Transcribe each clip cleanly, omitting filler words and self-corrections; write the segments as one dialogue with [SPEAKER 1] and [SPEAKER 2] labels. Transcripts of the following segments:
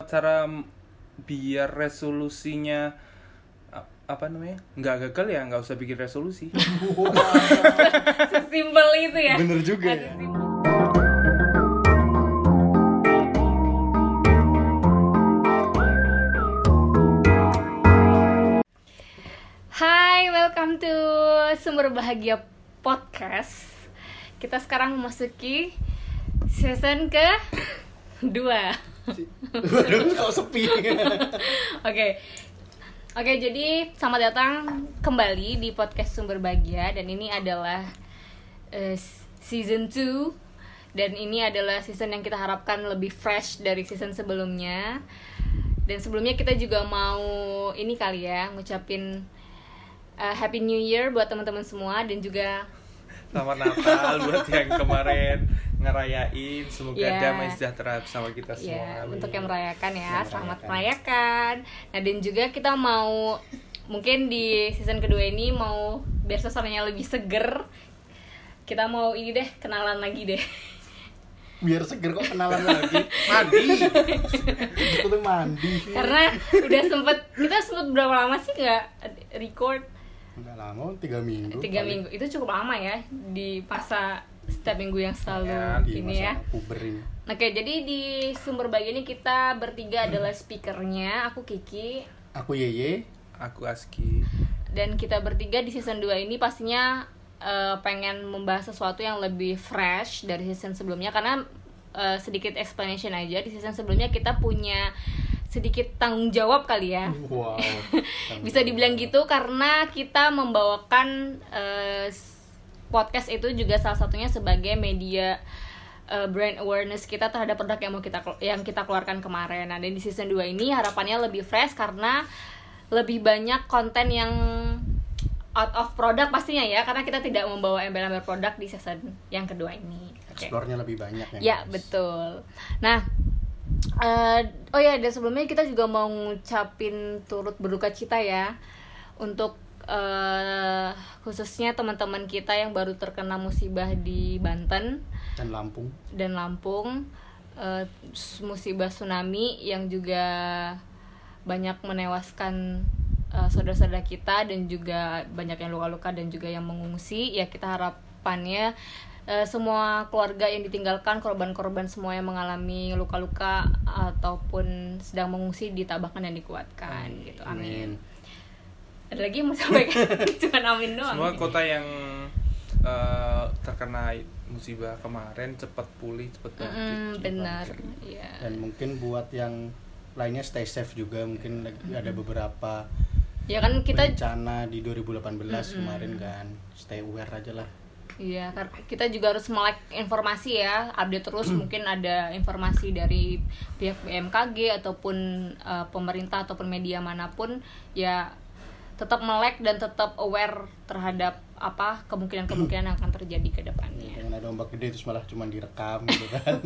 [SPEAKER 1] cara biar resolusinya nggak gagal ya nggak usah bikin resolusi.
[SPEAKER 2] Sesimpel itu ya.
[SPEAKER 3] Bener juga ya.
[SPEAKER 2] Hai, welcome to Sumber Bahagia Podcast. Kita sekarang memasuki season ke-2.
[SPEAKER 3] Waduh, kok sepi.
[SPEAKER 2] Oke, jadi selamat datang kembali di podcast Sumber Bahagia. Dan ini adalah season 2. Dan ini adalah season yang kita harapkan lebih fresh dari season sebelumnya. Dan sebelumnya kita juga mau ini kali ya, ngucapin Happy New Year buat teman-teman semua. Dan juga
[SPEAKER 1] Selamat Natal buat yang kemarin ngerayain. Semoga damai sejahtera bersama kita semua.
[SPEAKER 2] Untuk yang merayakan ya, selamat merayakan. Nah, dan juga kita mau mungkin di season kedua ini mau biar suasananya lebih seger, kita mau ini deh, kenalan lagi deh.
[SPEAKER 3] Biar seger kok kenalan lagi. Mandi. Itu tuh mandi.
[SPEAKER 2] Karena kita sempet berapa lama sih nggak record?
[SPEAKER 3] Enggak lama, 3 minggu.
[SPEAKER 2] 3 minggu itu cukup lama ya di masa setiap minggu yang selalu ini ya.
[SPEAKER 3] Puber ini.
[SPEAKER 2] Oke, jadi di Sumber Bahagia ini kita bertiga adalah speakernya. Aku Kiki,
[SPEAKER 3] aku Yeye,
[SPEAKER 1] aku Aski.
[SPEAKER 2] Dan kita bertiga di season 2 ini pastinya pengen membahas sesuatu yang lebih fresh dari season sebelumnya. Karena sedikit explanation aja, di season sebelumnya kita punya sedikit tanggung jawab kali ya.
[SPEAKER 3] Wow.
[SPEAKER 2] Bisa dibilang gitu karena kita membawakan podcast itu juga salah satunya sebagai media brand awareness kita terhadap produk yang kita keluarkan kemarin. Nah, dan di season 2 ini harapannya lebih fresh karena lebih banyak konten yang out of product pastinya ya, karena kita tidak membawa embel-embel produk di season yang kedua ini.
[SPEAKER 3] Explore-nya lebih banyak ya.
[SPEAKER 2] Ya, betul. Nah, dan sebelumnya kita juga mau ngucapin turut berduka cita ya untuk khususnya teman-teman kita yang baru terkena musibah di Banten dan Lampung, musibah tsunami yang juga banyak menewaskan saudara-saudara kita dan juga banyak yang luka-luka dan juga yang mengungsi. Ya, kita harapannya semua keluarga yang ditinggalkan, korban-korban semua yang mengalami luka-luka ataupun sedang mengungsi ditabahkan dan dikuatkan gitu. Amin. Ada lagi mau sampaikan? Cuman amin doang.
[SPEAKER 1] Semua kota yang terkena musibah kemarin cepat pulih, cepat bangkit.
[SPEAKER 2] Benar. Iya.
[SPEAKER 3] Dan mungkin buat yang lainnya stay safe juga, mungkin ada beberapa
[SPEAKER 2] ya kan kita
[SPEAKER 3] bencana di 2018 kemarin kan, stay aware aja lah.
[SPEAKER 2] Iya, kita juga harus melek informasi ya, update terus. Mungkin ada informasi dari pihak BMKG ataupun pemerintah ataupun media manapun, ya tetap melek dan tetap aware terhadap apa kemungkinan-kemungkinan yang akan terjadi ke depannya.
[SPEAKER 3] Jangan ada ombak gede terus malah cuma direkam gitu kan.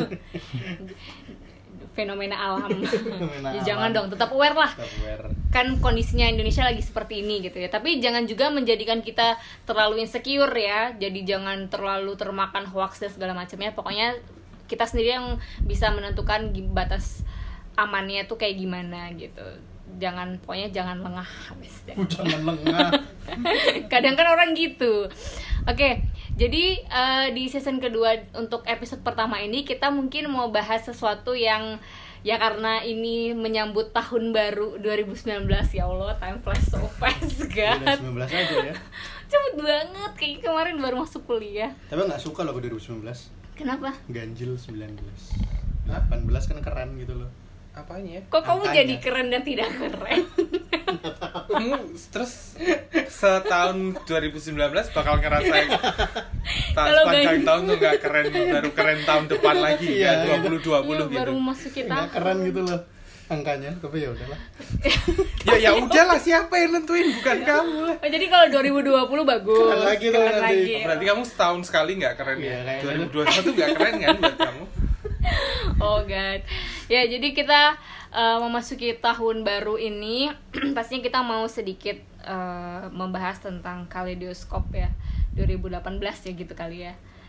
[SPEAKER 2] Fenomena alam. Ya, jangan dong, tetap aware lah. Kan kondisinya Indonesia lagi seperti ini gitu ya. Tapi jangan juga menjadikan kita terlalu insecure ya. Jadi jangan terlalu termakan hoax dan segala macamnya. Pokoknya kita sendiri yang bisa menentukan batas amannya tuh kayak gimana gitu. Pokoknya jangan lengah.
[SPEAKER 3] Jangan lengah.
[SPEAKER 2] Kadang kan orang gitu. Oke, jadi di season kedua untuk episode pertama ini kita mungkin mau bahas sesuatu yang ya karena ini menyambut tahun baru 2019. Ya Allah, time flash so fast God.
[SPEAKER 3] 2019 aja ya.
[SPEAKER 2] Cepet banget, kayak kemarin baru masuk kuliah.
[SPEAKER 3] Tapi gak suka loh 2019.
[SPEAKER 2] Kenapa?
[SPEAKER 3] Ganjil 19. 18 kan keren gitu loh.
[SPEAKER 1] Apanya?
[SPEAKER 2] Kok kamu jadi keren dan tidak keren?
[SPEAKER 1] Kamu terus setahun 2019 bakal ngerasain sepanjang tahun tuh gak keren, baru keren tahun depan lagi ya, 2020 gitu.
[SPEAKER 2] Baru masukin tahun.
[SPEAKER 3] Gak keren gitu loh angkanya, tapi ya udahlah.
[SPEAKER 1] ya udahlah, siapa yang nentuin, bukan kamu lah.
[SPEAKER 2] Oh, jadi kalau 2020 bagus.
[SPEAKER 3] Keren lagi tuh nanti.
[SPEAKER 1] Berarti kamu setahun sekali gak keren ya? 2021 gak keren kan buat kamu?
[SPEAKER 2] Oh God. Ya, jadi kita memasuki tahun baru ini pastinya kita mau sedikit membahas tentang kaleidoskop ya 2018 ya gitu kali ya.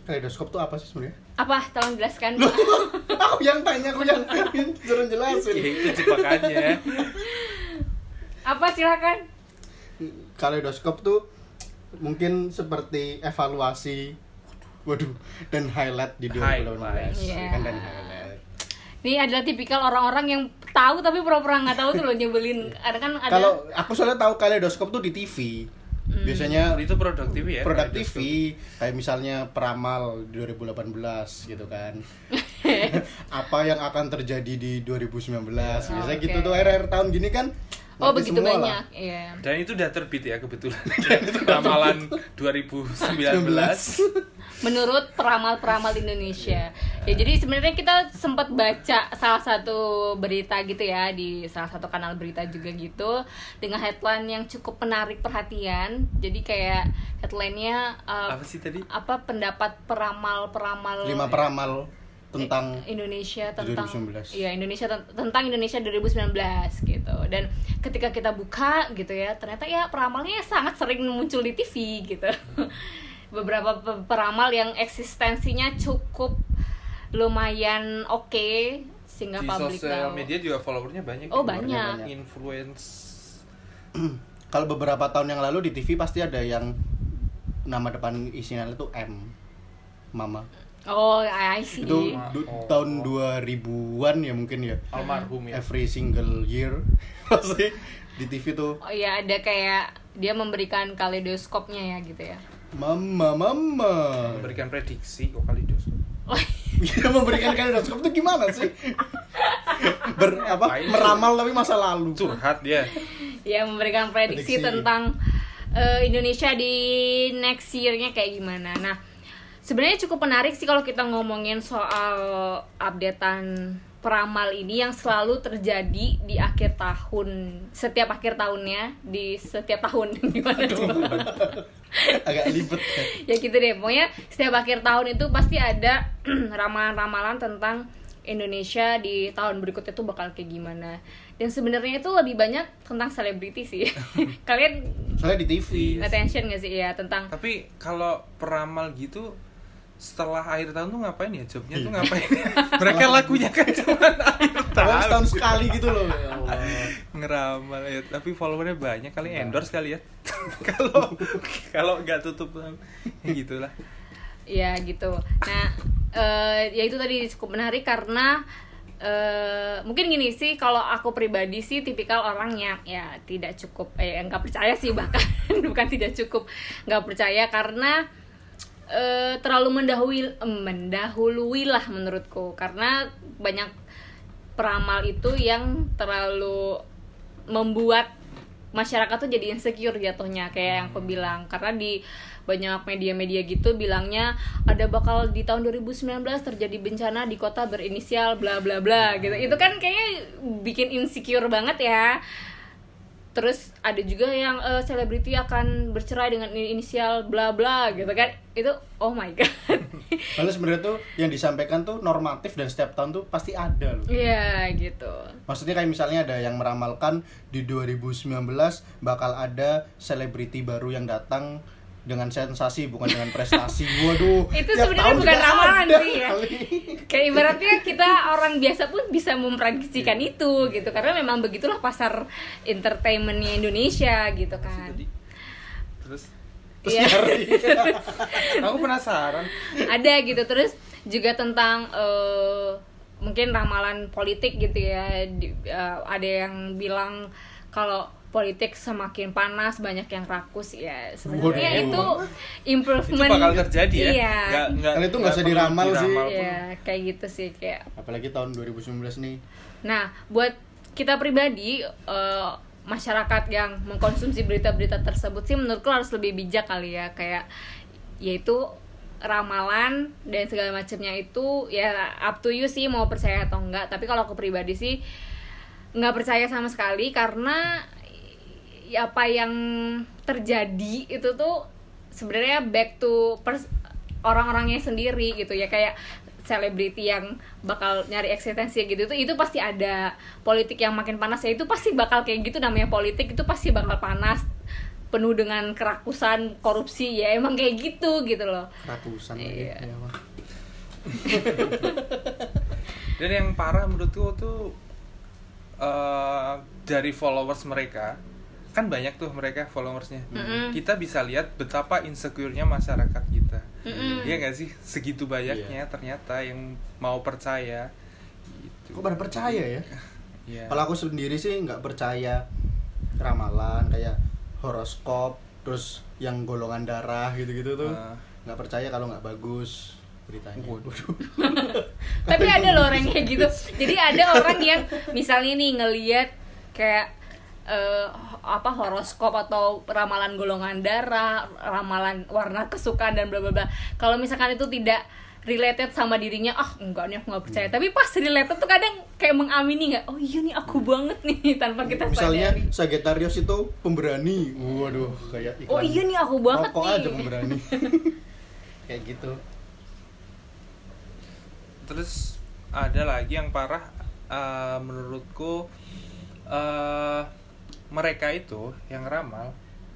[SPEAKER 3] Kaleidoskop tuh apa sih sebenarnya?
[SPEAKER 2] Apa? Tolong jelaskan.
[SPEAKER 3] Aku yang tanya, suruh jelasin.
[SPEAKER 1] Ya, itu jebakannya.
[SPEAKER 2] Apa, silakan.
[SPEAKER 3] Kaleidoskop tuh mungkin seperti evaluasi dan highlight di 2018.
[SPEAKER 2] Yeah.
[SPEAKER 3] Kan dan highlight.
[SPEAKER 2] Ini adalah tipikal orang-orang yang tahu tapi pura-pura nggak tahu tuh loh, nyebelin. Ada kan ada.
[SPEAKER 3] Kalau aku soalnya tahu Kaleidoskop tuh di TV. Biasanya
[SPEAKER 1] itu produk TV ya.
[SPEAKER 3] Produk TV kayak misalnya peramal di 2018 gitu kan. Apa yang akan terjadi di 2019. Biasanya gitu tuh akhir tahun gini kan.
[SPEAKER 2] Oh begitu banyak, iya.
[SPEAKER 1] Dan itu udah terbit ya kebetulan. Ramalan 2019.
[SPEAKER 2] Menurut peramal-peramal Indonesia. Ya jadi sebenarnya kita sempat baca salah satu berita gitu ya di salah satu kanal berita juga gitu dengan headline yang cukup menarik perhatian. Jadi kayak headline-nya
[SPEAKER 1] apa sih tadi?
[SPEAKER 2] Apa pendapat peramal-peramal
[SPEAKER 3] 5 peramal tentang
[SPEAKER 2] Indonesia tentang
[SPEAKER 3] 2019.
[SPEAKER 2] Iya, tentang Indonesia 2019 gitu. Dan ketika kita buka gitu ya, ternyata ya peramalnya sangat sering muncul di TV gitu. Beberapa peramal yang eksistensinya cukup lumayan oke, sehingga
[SPEAKER 1] di
[SPEAKER 2] publik
[SPEAKER 1] sosial
[SPEAKER 2] tahu.
[SPEAKER 1] media juga followernya banyak.
[SPEAKER 2] Oh, banyak.
[SPEAKER 1] Influence.
[SPEAKER 3] Kalau beberapa tahun yang lalu di TV pasti ada yang nama depan isinya itu M. Mama.
[SPEAKER 2] Oh, I see.
[SPEAKER 3] Itu tahun 2000-an ya mungkin ya.
[SPEAKER 1] Almarhum ya.
[SPEAKER 3] Every single year pasti di TV tuh.
[SPEAKER 2] Oh iya, ada kayak dia memberikan kaleidoskopnya ya gitu ya.
[SPEAKER 3] Mama.
[SPEAKER 1] Memberikan prediksi kok Kaleidoskop.
[SPEAKER 3] Dia memberikan kaleidoskop itu gimana sih? Meramal tapi masa lalu.
[SPEAKER 1] Curhat dia.
[SPEAKER 2] Ya, memberikan prediksi tentang Indonesia di next year-nya kayak gimana. Nah, sebenarnya cukup menarik sih kalau kita ngomongin soal updatean peramal ini yang selalu terjadi di akhir tahun, setiap akhir tahunnya, di setiap tahun. Gimana tuh?
[SPEAKER 3] Agak ribet
[SPEAKER 2] ya gitu deh, pokoknya setiap akhir tahun itu pasti ada ramalan-ramalan tentang Indonesia di tahun berikutnya tuh bakal kayak gimana. Dan sebenarnya itu lebih banyak tentang selebriti sih. Kalian
[SPEAKER 3] soalnya di TV
[SPEAKER 2] attention gak sih ya tentang.
[SPEAKER 1] Tapi kalau peramal gitu setelah akhir tahun tuh ngapain ya, jobnya tuh ngapain? Mereka lakunya kan cuma akhir tahun.
[SPEAKER 3] Setahun sekali gitu loh. Ya Allah.
[SPEAKER 1] Ngeramal ya, tapi followernya banyak kali, endorse kali ya. Kalau nggak tutup ya gitulah.
[SPEAKER 2] Ya gitu. Nah, ya itu tadi cukup menarik karena mungkin gini sih, kalau aku pribadi sih tipikal orangnya ya tidak cukup nggak percaya sih, bahkan bukan tidak cukup nggak percaya karena terlalu mendahului lah menurutku, karena banyak peramal itu yang terlalu membuat masyarakat tuh jadi insecure jatuhnya, kayak yang aku bilang, karena di banyak media-media gitu bilangnya ada bakal di tahun 2019 terjadi bencana di kota berinisial bla bla bla gitu. Itu kan kayaknya bikin insecure banget ya. Terus ada juga yang selebriti akan bercerai dengan inisial bla bla gitu kan. Itu oh my god.
[SPEAKER 3] Lalu sebenarnya tuh yang disampaikan tuh normatif dan setiap tahun tuh pasti ada loh.
[SPEAKER 2] Iya gitu.
[SPEAKER 3] Maksudnya kayak misalnya ada yang meramalkan di 2019 bakal ada selebriti baru yang datang dengan sensasi bukan dengan prestasi. Waduh.
[SPEAKER 2] Itu sebenarnya bukan ramalan sih ya. Kayak ibaratnya kita orang biasa pun bisa memprediksikan itu gitu, karena memang begitulah pasar entertainmentnya Indonesia gitu kan.
[SPEAKER 1] Terus
[SPEAKER 2] ya.
[SPEAKER 1] Aku penasaran.
[SPEAKER 2] Ada gitu. Terus juga tentang mungkin ramalan politik gitu ya. Ada yang bilang kalau politik semakin panas, banyak yang rakus ya. Sebenarnya itu improvement.
[SPEAKER 1] Itu bakal terjadi ya.
[SPEAKER 2] Iya.
[SPEAKER 3] Karena itu nggak usah diramal sih.
[SPEAKER 2] Iya, kayak gitu sih kayak.
[SPEAKER 3] Apalagi tahun 2019 nih.
[SPEAKER 2] Nah, buat kita pribadi, masyarakat yang mengkonsumsi berita-berita tersebut sih menurutku harus lebih bijak kali ya, kayak yaitu ramalan dan segala macamnya itu ya up to you sih mau percaya atau enggak. Tapi kalau aku pribadi sih nggak percaya sama sekali, karena apa yang terjadi itu tuh sebenarnya back to orang-orangnya sendiri gitu ya, kayak selebriti yang bakal nyari eksistensi gitu itu pasti ada. Politik yang makin panas ya itu pasti bakal kayak gitu, namanya politik itu pasti bakal panas. penuh dengan kerakusan, korupsi, ya emang kayak gitu loh.
[SPEAKER 3] Kerakusan
[SPEAKER 2] iya.
[SPEAKER 3] lagi.
[SPEAKER 1] Dan yang parah menurutku tuh dari followers mereka, kan banyak tuh mereka followersnya. Kita bisa lihat betapa insecure-nya masyarakat kita. Iya nggak sih, segitu banyaknya ternyata yang mau percaya. Gitu.
[SPEAKER 3] Kok pada percaya ya?
[SPEAKER 1] Yeah.
[SPEAKER 3] Kalau aku sendiri sih nggak percaya ramalan kayak horoskop, terus yang golongan darah gitu-gitu tuh nggak percaya kalau nggak bagus beritanya.
[SPEAKER 2] Tapi ada loh orang kayak gitu. Jadi ada orang yang misalnya nih ngelihat kayak horoskop atau ramalan golongan darah, ramalan warna kesukaan dan bla bla bla. Kalau misalkan itu tidak related sama dirinya, enggak nih aku nggak percaya. Tapi pas related tuh kadang kayak mengamini nggak, oh iya nih aku banget nih tanpa kita sadari.
[SPEAKER 3] Misalnya Sagittarius itu pemberani, waduh kayak iklan.
[SPEAKER 2] Oh iya nih aku banget
[SPEAKER 3] rokok
[SPEAKER 2] nih.
[SPEAKER 3] Aja pemberani. Kayak gitu.
[SPEAKER 1] Terus ada lagi yang parah, menurutku mereka itu yang ramal,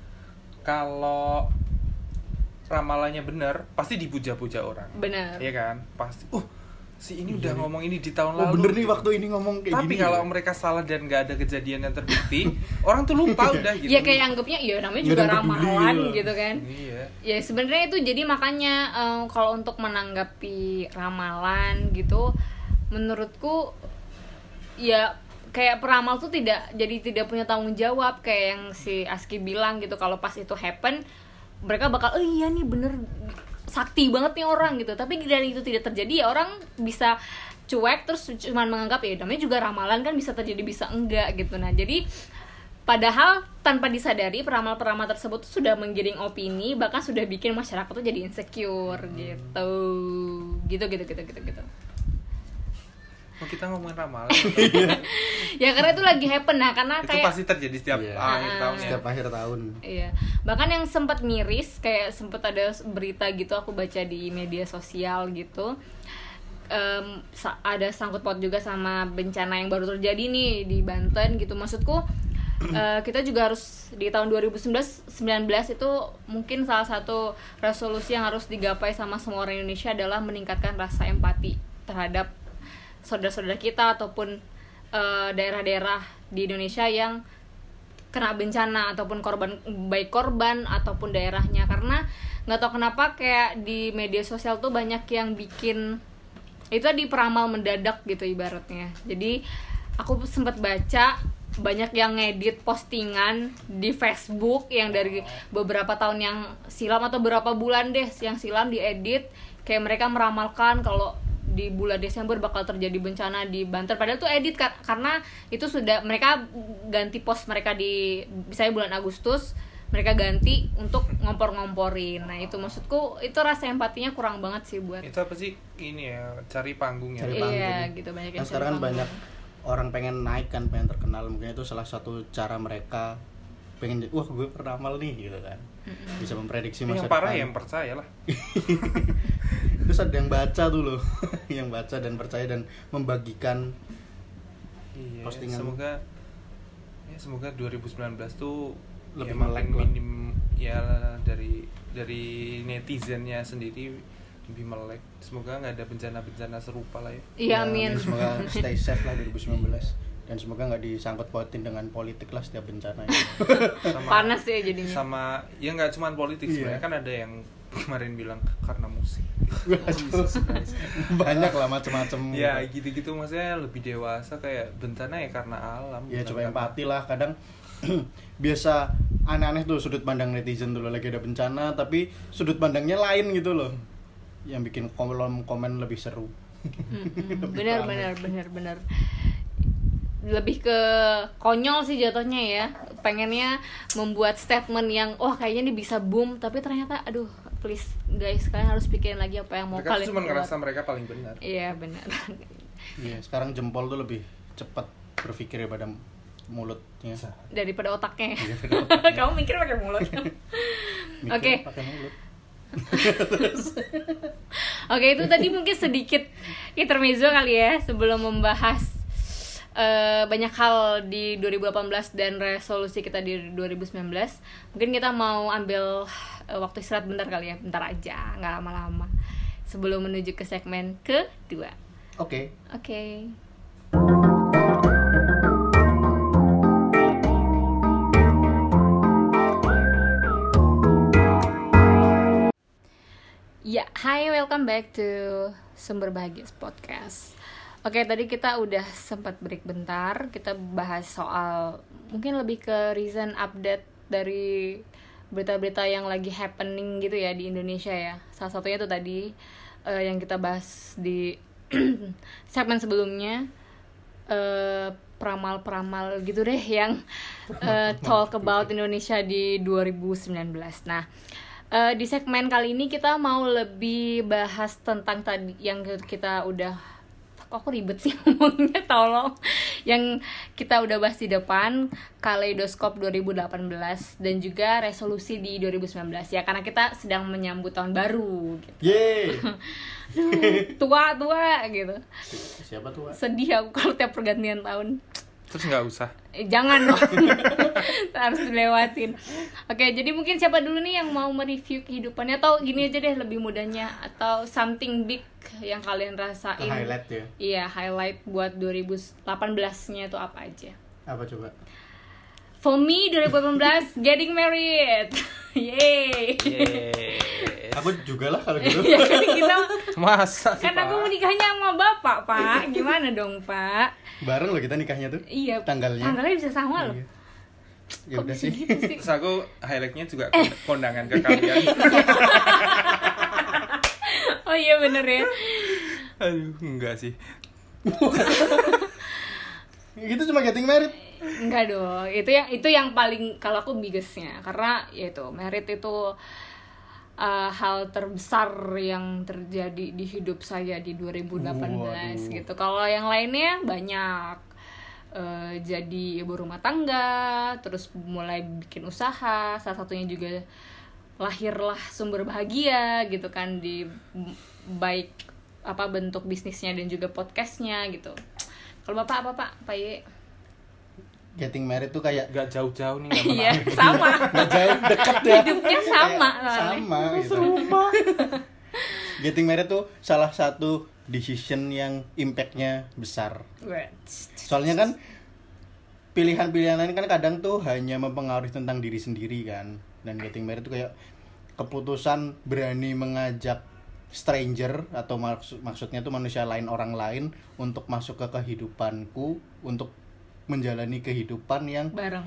[SPEAKER 1] kalau ramalannya benar pasti dipuja-puja orang.
[SPEAKER 2] Benar.
[SPEAKER 1] Iya kan? Pasti. Si ini udah ngomong ini di tahun lalu.
[SPEAKER 3] Oh bener nih waktu ini ngomong kayak
[SPEAKER 1] Tapi
[SPEAKER 3] gini. Tapi
[SPEAKER 1] kalau mereka salah dan nggak ada kejadian yang terbukti, orang tuh lupa udah gitu.
[SPEAKER 2] Ya kayak anggapnya ya namanya juga ramalan gitu kan.
[SPEAKER 1] Iya.
[SPEAKER 2] Ya sebenarnya itu jadi makanya kalau untuk menanggapi ramalan gitu, menurutku ya kayak peramal tuh tidak punya tanggung jawab kayak yang si Aski bilang gitu. Kalau pas itu happen, mereka bakal iya nih bener sakti banget nih orang gitu. Tapi dari itu tidak terjadi, ya orang bisa cuek terus cuman menganggap ya namanya juga ramalan kan, bisa terjadi bisa enggak gitu. Nah jadi padahal tanpa disadari peramal-peramal tersebut tuh sudah menggiring opini, bahkan sudah bikin masyarakat tuh jadi insecure gitu. Gitu.
[SPEAKER 1] Oh, kita ngomongin ramalan.
[SPEAKER 2] Ya karena itu lagi happen. Nah karena
[SPEAKER 1] itu
[SPEAKER 2] kayak
[SPEAKER 1] pasti terjadi setiap akhir tahun ya.
[SPEAKER 3] Setiap akhir tahun.
[SPEAKER 2] Iya. Bahkan yang sempat miris, kayak sempat ada berita gitu aku baca di media sosial gitu. Ada sangkut paut juga sama bencana yang baru terjadi nih di Banten gitu. Maksudku kita juga harus di tahun 2019 itu mungkin salah satu resolusi yang harus digapai sama semua orang Indonesia adalah meningkatkan rasa empati terhadap saudara-saudara kita ataupun daerah-daerah di Indonesia yang kena bencana ataupun baik korban ataupun daerahnya. Karena nggak tahu kenapa kayak di media sosial tuh banyak yang bikin itu di peramal mendadak gitu ibaratnya. Jadi aku sempat baca banyak yang ngedit postingan di Facebook yang dari beberapa tahun yang silam atau beberapa bulan deh yang silam diedit, kayak mereka meramalkan kalau di bulan Desember bakal terjadi bencana di Banten. Padahal tuh edit karena itu sudah mereka ganti post mereka di misalnya bulan Agustus, mereka ganti untuk ngompor-ngomporin. Nah itu maksudku itu rasa empatinya kurang banget sih buat.
[SPEAKER 1] Itu apa sih ini ya, cari panggung ya.
[SPEAKER 2] Iya gitu, banyak yang
[SPEAKER 3] sekarang kan banyak orang pengen naik kan, pengen terkenal, mungkin itu salah satu cara mereka pengen wah gue peramal nih gitu kan. Bisa memprediksi masa
[SPEAKER 1] depan. Yang parah
[SPEAKER 3] depan.
[SPEAKER 1] yang percaya lah.
[SPEAKER 3] Terus ada yang baca tuh loh. Yang baca dan percaya dan membagikan postingan.
[SPEAKER 1] Semoga 2019 tuh
[SPEAKER 3] lebih
[SPEAKER 1] ya minim ya dari netizennya sendiri lebih melek. Semoga nggak ada bencana-bencana serupa lah ya.
[SPEAKER 2] Iya amin.
[SPEAKER 3] Semoga stay safe lah 2019. Dan semoga nggak disangkut pautin dengan politik lah setiap bencana ini.
[SPEAKER 2] Panas ya jadinya.
[SPEAKER 1] Sama ya nggak cuma politik sebenarnya, kan ada yang kemarin bilang karena musik.
[SPEAKER 3] Banyak lah macam-macam.
[SPEAKER 1] Ya gitu-gitu, maksudnya lebih dewasa kayak bencana ya karena alam.
[SPEAKER 3] Ya coba empati lah. Kadang biasa aneh-aneh tuh sudut pandang netizen tuh lagi ada bencana tapi sudut pandangnya lain gitu loh. Yang bikin komen lebih seru.
[SPEAKER 2] Benar. Lebih ke konyol sih jatuhnya ya. Pengennya membuat statement yang kayaknya ini bisa boom, tapi ternyata aduh please guys, kalian harus pikirin lagi apa yang mau
[SPEAKER 1] mereka
[SPEAKER 2] kalian
[SPEAKER 1] cuma ngerasa mereka paling benar.
[SPEAKER 2] Iya benar.
[SPEAKER 3] Iya, sekarang jempol tuh lebih cepat berpikir daripada mulutnya.
[SPEAKER 2] Daripada otaknya. Kamu mikir pakai mulut. Oke.
[SPEAKER 3] Pakai mulut.
[SPEAKER 2] Oke, itu tadi mungkin sedikit intermezzo kali ya sebelum membahas banyak hal di 2018 dan resolusi kita di 2019. Mungkin kita mau ambil waktu istirahat bentar kali ya, bentar aja, nggak lama-lama. Sebelum menuju ke segmen kedua.
[SPEAKER 3] Oke.
[SPEAKER 2] Ya, hi, welcome back to Sumber Bahagia Podcast. Oke, tadi kita udah sempat break bentar. Kita bahas soal mungkin lebih ke recent update dari berita-berita yang lagi happening gitu ya di Indonesia ya. Salah satunya tuh tadi yang kita bahas di segmen sebelumnya, peramal-peramal gitu deh yang talk about Indonesia di 2019. Nah, di segmen kali ini kita mau lebih bahas tentang tadi yang kita udah, kok aku ribet sih ngomongnya, tolong, yang kita udah bahas di depan, Kaleidoskop 2018 dan juga resolusi di 2019 ya, karena kita sedang menyambut tahun baru gitu.
[SPEAKER 3] Yeay.
[SPEAKER 2] tua gitu.
[SPEAKER 3] Siapa tua?
[SPEAKER 2] Sedih aku kalau tiap pergantian tahun.
[SPEAKER 1] Terus nggak usah.
[SPEAKER 2] Jangan dong. Harus dilewatin. Oke, jadi mungkin siapa dulu nih yang mau mereview kehidupannya, atau gini aja deh lebih mudahnya, atau something big yang kalian rasain.
[SPEAKER 3] Highlight ya.
[SPEAKER 2] Iya, highlight buat 2018-nya itu apa aja?
[SPEAKER 3] Apa coba?
[SPEAKER 2] For me 2018 getting married. Yeay.
[SPEAKER 3] Aku juga lah kalau gitu.
[SPEAKER 2] Ya kan kita
[SPEAKER 1] Masa sih,
[SPEAKER 2] kan
[SPEAKER 1] Pak?
[SPEAKER 2] aku menikahnya sama bapak, Pak. Gimana dong, Pak?
[SPEAKER 3] Bareng loh kita nikahnya tuh.
[SPEAKER 2] Iya.
[SPEAKER 3] Tanggalnya
[SPEAKER 2] bisa sama loh.
[SPEAKER 3] Iya. Ya
[SPEAKER 2] Kok
[SPEAKER 3] udah
[SPEAKER 2] bisa
[SPEAKER 3] sih.
[SPEAKER 2] gitu sih?
[SPEAKER 1] Terus aku highlightnya juga kondangan ke kalian.
[SPEAKER 2] Oh iya bener ya.
[SPEAKER 1] Aduh, enggak sih.
[SPEAKER 3] Gitu cuma getting married.
[SPEAKER 2] Enggak dong. Itu yang paling kalau aku biggestnya, karena ya itu merit itu hal terbesar yang terjadi di hidup saya di 2018.
[SPEAKER 3] Waduh.
[SPEAKER 2] Gitu. Kalau yang lainnya banyak. Jadi ibu rumah tangga, terus mulai bikin usaha, salah satunya juga lahirlah Sumber Bahagia gitu kan, di baik apa bentuk bisnisnya dan juga podcastnya gitu. Kalau bapak apa Pak Ye?
[SPEAKER 3] Getting married tuh kayak
[SPEAKER 1] Enggak jauh-jauh nih, enggak
[SPEAKER 2] Iya,
[SPEAKER 1] menarik.
[SPEAKER 2] sama.
[SPEAKER 3] nggak jauh, deket ya.
[SPEAKER 2] Hidupnya sama.
[SPEAKER 3] Sama gitu. Getting married tuh salah satu decision yang impact-nya besar. Soalnya kan pilihan-pilihan lain kan kadang tuh hanya mempengaruhi tentang diri sendiri kan. Dan getting married tuh kayak keputusan berani mengajak stranger atau maksudnya tuh manusia lain, orang lain untuk masuk ke kehidupanku, untuk menjalani kehidupan yang
[SPEAKER 2] bareng.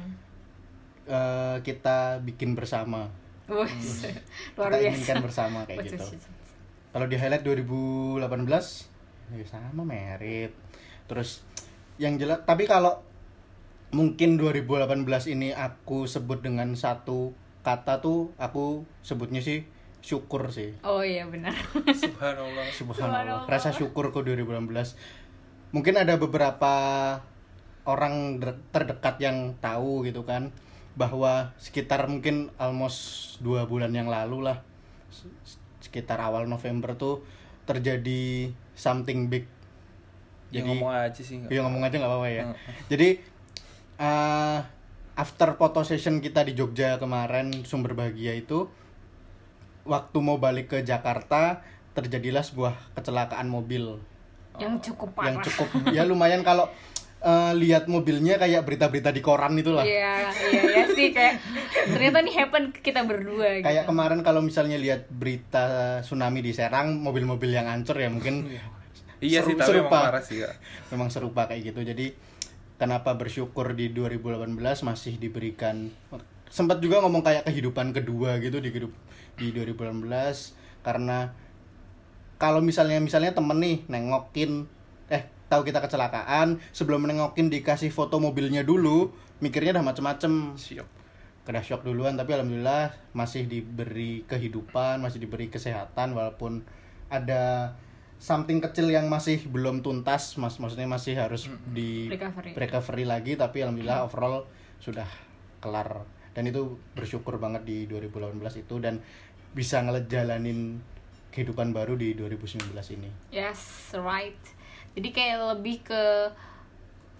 [SPEAKER 3] Kita bikin bersama.
[SPEAKER 2] Luar
[SPEAKER 3] Kita
[SPEAKER 2] biasa.
[SPEAKER 3] inginkan bersama kayak gitu. Kalau di highlight 2018 ya sama merit. Terus yang jelas, tapi kalau mungkin 2018 ini aku sebut dengan satu kata tuh, aku sebutnya sih syukur sih.
[SPEAKER 2] Oh iya benar.
[SPEAKER 1] Subhanallah.
[SPEAKER 3] Rasa syukurku 2018. Mungkin ada beberapa orang terdekat yang tahu gitu kan, bahwa sekitar mungkin almost 2 bulan yang lalu lah, sekitar awal November tuh terjadi something big.
[SPEAKER 1] Ya
[SPEAKER 3] Jadi
[SPEAKER 1] ngomong aja sih.
[SPEAKER 3] ya ngomong aja nggak apa-apa ya. Jadi after photo session kita di Jogja kemarin, Sumber Bahagia itu, waktu mau balik ke Jakarta terjadilah sebuah kecelakaan mobil
[SPEAKER 2] Yang cukup parah.
[SPEAKER 3] yang cukup ya lumayan, kalau lihat mobilnya kayak berita-berita di koran itulah.
[SPEAKER 2] Iya sih, kayak ternyata nih happen ke kita berdua gitu.
[SPEAKER 3] Kayak kemarin kalau misalnya lihat berita tsunami di Serang, mobil-mobil yang hancur ya mungkin
[SPEAKER 1] Iya sih, tapi
[SPEAKER 3] serupa.
[SPEAKER 1] emang parah sih, Kak.
[SPEAKER 3] Memang serupa kayak gitu. Jadi kenapa bersyukur di 2018 masih diberikan, sempat juga ngomong kayak kehidupan kedua gitu di 2018, karena kalau misalnya temen nih nengokin, tahu kita kecelakaan, sebelum nengokin dikasih foto mobilnya dulu, mikirnya udah macem-macem. Kena shock duluan, tapi alhamdulillah masih diberi kehidupan, masih diberi kesehatan, walaupun ada something kecil yang masih belum tuntas, maksudnya masih harus di recovery lagi, tapi alhamdulillah overall sudah kelar. Dan itu bersyukur banget di 2018 itu, dan bisa ngejalanin kehidupan baru di 2019 ini.
[SPEAKER 2] Yes, right. Jadi kayak lebih ke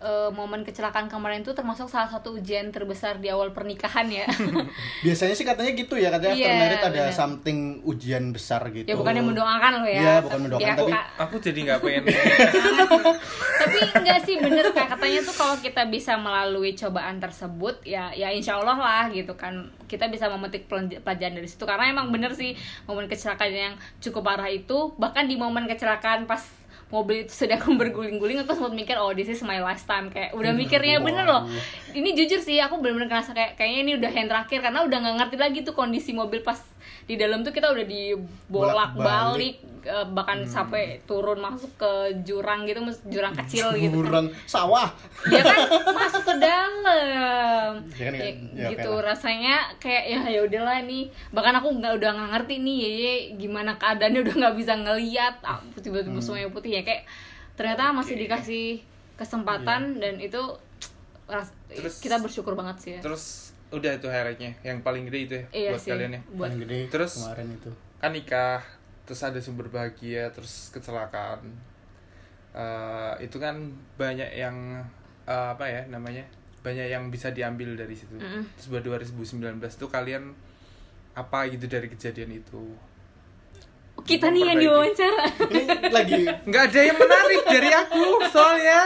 [SPEAKER 2] momen kecelakaan kemarin itu termasuk salah satu ujian terbesar di awal pernikahan ya.
[SPEAKER 3] Biasanya sih katanya gitu ya, katanya after married ada
[SPEAKER 2] bener.
[SPEAKER 3] something ujian besar gitu.
[SPEAKER 2] Ya bukan yang mendoakan lo ya.
[SPEAKER 3] Iya, bukan mendoakan
[SPEAKER 2] Ya,
[SPEAKER 3] tapi
[SPEAKER 1] Aku jadi nggak pengen.
[SPEAKER 2] tapi enggak sih, bener Kak, katanya tuh kalau kita bisa melalui cobaan tersebut ya insya Allah lah gitu kan, kita bisa memetik pelajaran dari situ. Karena emang bener sih momen kecelakaan yang cukup parah itu, bahkan di momen kecelakaan pas mobil itu sedang berguling-guling, aku sempat mikir, oh this is my last time, kayak udah mikirnya bener loh. Ini jujur sih, aku bener-bener ngerasa kayaknya ini udah yang terakhir, karena udah nggak ngerti lagi tuh kondisi mobil pas di dalam tuh. Kita udah dibolak-balik, bahkan sampai turun masuk ke jurang gitu, jurang kecil gitu.
[SPEAKER 3] Jurang sawah.
[SPEAKER 2] Ya kan masuk ke dalam.
[SPEAKER 3] Ya kan, ya
[SPEAKER 2] gitu
[SPEAKER 3] okay lah.
[SPEAKER 2] rasanya kayak ya udahlah nih. Bahkan aku udah nggak ngerti nih gimana keadaannya, udah nggak bisa ngelihat. Tiba-tiba semuanya putih ya, kayak ternyata masih dikasih kesempatan dan itu
[SPEAKER 1] Terus,
[SPEAKER 2] kita bersyukur banget sih ya.
[SPEAKER 1] Terus udah itu highlightnya yang paling gede itu ya,
[SPEAKER 2] Iya
[SPEAKER 1] buat
[SPEAKER 2] sih,
[SPEAKER 1] kalian ya.
[SPEAKER 3] Paling gede
[SPEAKER 1] Terus
[SPEAKER 3] kemarin itu.
[SPEAKER 1] Kan nikah, terus ada sumber bahagia, terus kecelakaan. Itu kan banyak yang apa ya namanya, banyak yang bisa diambil dari situ. Terus buat 2019 tuh kalian apa gitu dari kejadian itu?
[SPEAKER 2] Kita nih yang diwawancara.
[SPEAKER 3] Ini lagi
[SPEAKER 1] nggak ada yang menarik dari aku soalnya.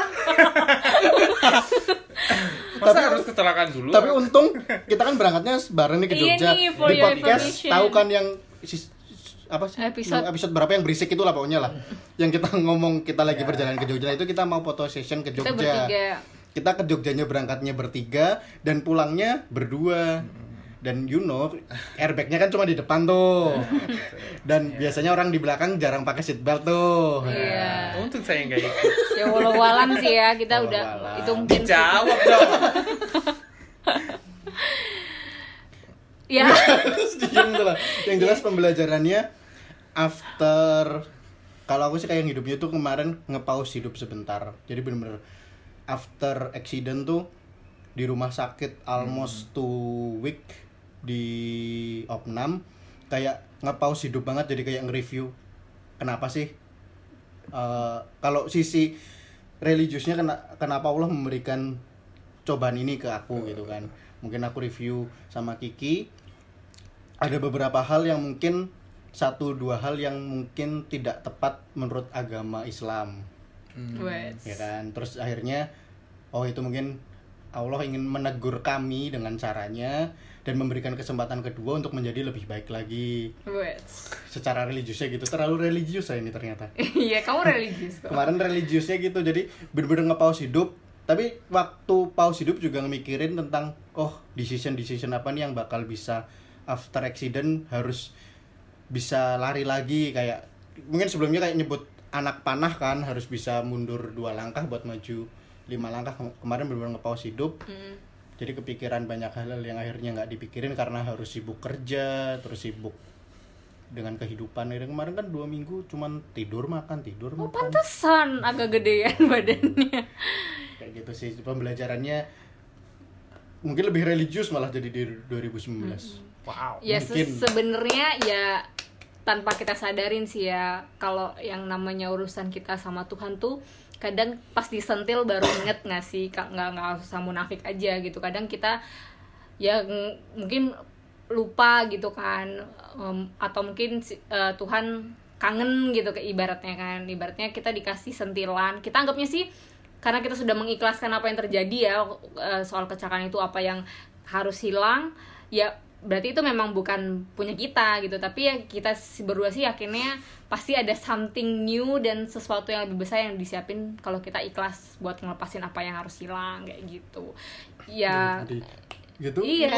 [SPEAKER 1] Masa harus kecelakaan dulu?
[SPEAKER 3] Tapi untung kita kan berangkatnya bareng nih ke
[SPEAKER 2] Iya
[SPEAKER 3] Jogja.
[SPEAKER 2] nih, for
[SPEAKER 3] Di
[SPEAKER 2] your
[SPEAKER 3] podcast
[SPEAKER 2] information.
[SPEAKER 3] tahu kan yang apa sih?
[SPEAKER 2] Episode
[SPEAKER 3] Berapa yang berisik itulah pokoknya lah. Yang kita ngomong kita lagi perjalanan ke Jogja itu, kita mau foto session ke
[SPEAKER 2] kita
[SPEAKER 3] Jogja.
[SPEAKER 2] bertiga.
[SPEAKER 3] Kita ke Jogjanya berangkatnya bertiga dan pulangnya berdua. Dan you know, airbagnya kan cuma di depan tuh. Dan biasanya orang di belakang jarang pakai seat belt tuh.
[SPEAKER 2] Iya.
[SPEAKER 1] Untung saya nggak ikut.
[SPEAKER 2] Ya walau-walam sih ya, kita udah
[SPEAKER 3] Walau-walam.
[SPEAKER 2] itu mungkin
[SPEAKER 1] Jawab dong.
[SPEAKER 2] ya.
[SPEAKER 3] Terus diem tuh lah. Yang jelas pembelajarannya after, kalau aku sih kayak hidupnya tuh kemarin nge-pause hidup sebentar. Jadi bener-bener after accident tuh di rumah sakit almost 2 week di opnam, kayak nge-pause hidup banget. Jadi kayak nge-review kenapa sih kalau sisi religiusnya kenapa Allah memberikan cobaan ini ke aku gitu kan. Mungkin aku review sama Kiki, ada beberapa hal yang mungkin 1-2 hal yang mungkin tidak tepat menurut agama Islam. Ya kan, terus akhirnya itu mungkin Allah ingin menegur kami dengan caranya dan memberikan kesempatan kedua untuk menjadi lebih baik lagi. Secara religiusnya gitu, terlalu religius saya ini ternyata.
[SPEAKER 2] Iya, kamu religius kok.
[SPEAKER 3] Kemarin religiusnya gitu, jadi bener-bener nge-pause hidup. Tapi waktu pause hidup juga ngemikirin tentang decision apa nih yang bakal bisa after accident harus bisa lari lagi. Kayak mungkin sebelumnya kayak nyebut anak panah kan, harus bisa mundur 2 langkah buat maju 5 langkah. Kemarin bener-bener nge-pause hidup. Jadi kepikiran banyak hal yang akhirnya nggak dipikirin karena harus sibuk kerja, terus sibuk dengan kehidupan. Kemarin kan 2 minggu cuman tidur makan.
[SPEAKER 2] Pantesan agak gedean badannya.
[SPEAKER 3] Kayak gitu sih pembelajarannya. Mungkin lebih religius malah jadi di 2019.
[SPEAKER 1] Wow.
[SPEAKER 2] Ya sebenarnya ya tanpa kita sadarin sih ya, kalau yang namanya urusan kita sama Tuhan tuh kadang pas disentil baru inget nggak sih, nggak usah munafik aja gitu. Kadang kita ya mungkin lupa gitu kan, atau mungkin Tuhan kangen gitu, ke ibaratnya kita dikasih sentilan, kita anggapnya sih karena kita sudah mengikhlaskan apa yang terjadi ya, soal kecelakaan itu apa yang harus hilang ya, berarti itu memang bukan punya kita gitu. Tapi ya kita berdua sih yakinnya pasti ada something new dan sesuatu yang lebih besar yang disiapin kalau kita ikhlas buat ngelepasin apa yang harus hilang kayak gitu ya.
[SPEAKER 3] Gitu
[SPEAKER 2] iya.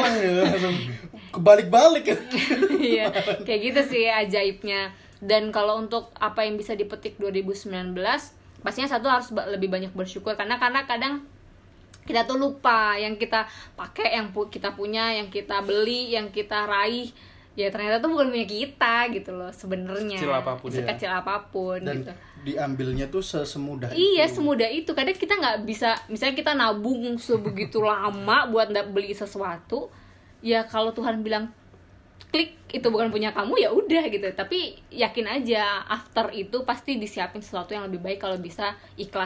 [SPEAKER 3] Kebalik-balik.
[SPEAKER 2] Iya, kayak gitu sih ajaibnya. Dan kalau untuk apa yang bisa dipetik 2019, pastinya satu harus lebih banyak bersyukur, karena kadang kita tuh lupa yang kita pakai, yang kita punya, yang kita beli, yang kita raih, ya ternyata tuh bukan punya kita gitu loh sebenarnya. Sekecil apapun
[SPEAKER 3] dan
[SPEAKER 2] gitu.
[SPEAKER 3] Diambilnya tuh semudah itu.
[SPEAKER 2] Iya, semudah itu. Kadang kita nggak bisa, misalnya kita nabung sebegitu lama buat beli sesuatu, ya kalau Tuhan bilang klik itu bukan punya kamu, ya udah gitu. Tapi yakin aja after itu pasti disiapin sesuatu yang lebih baik kalau bisa ikhlas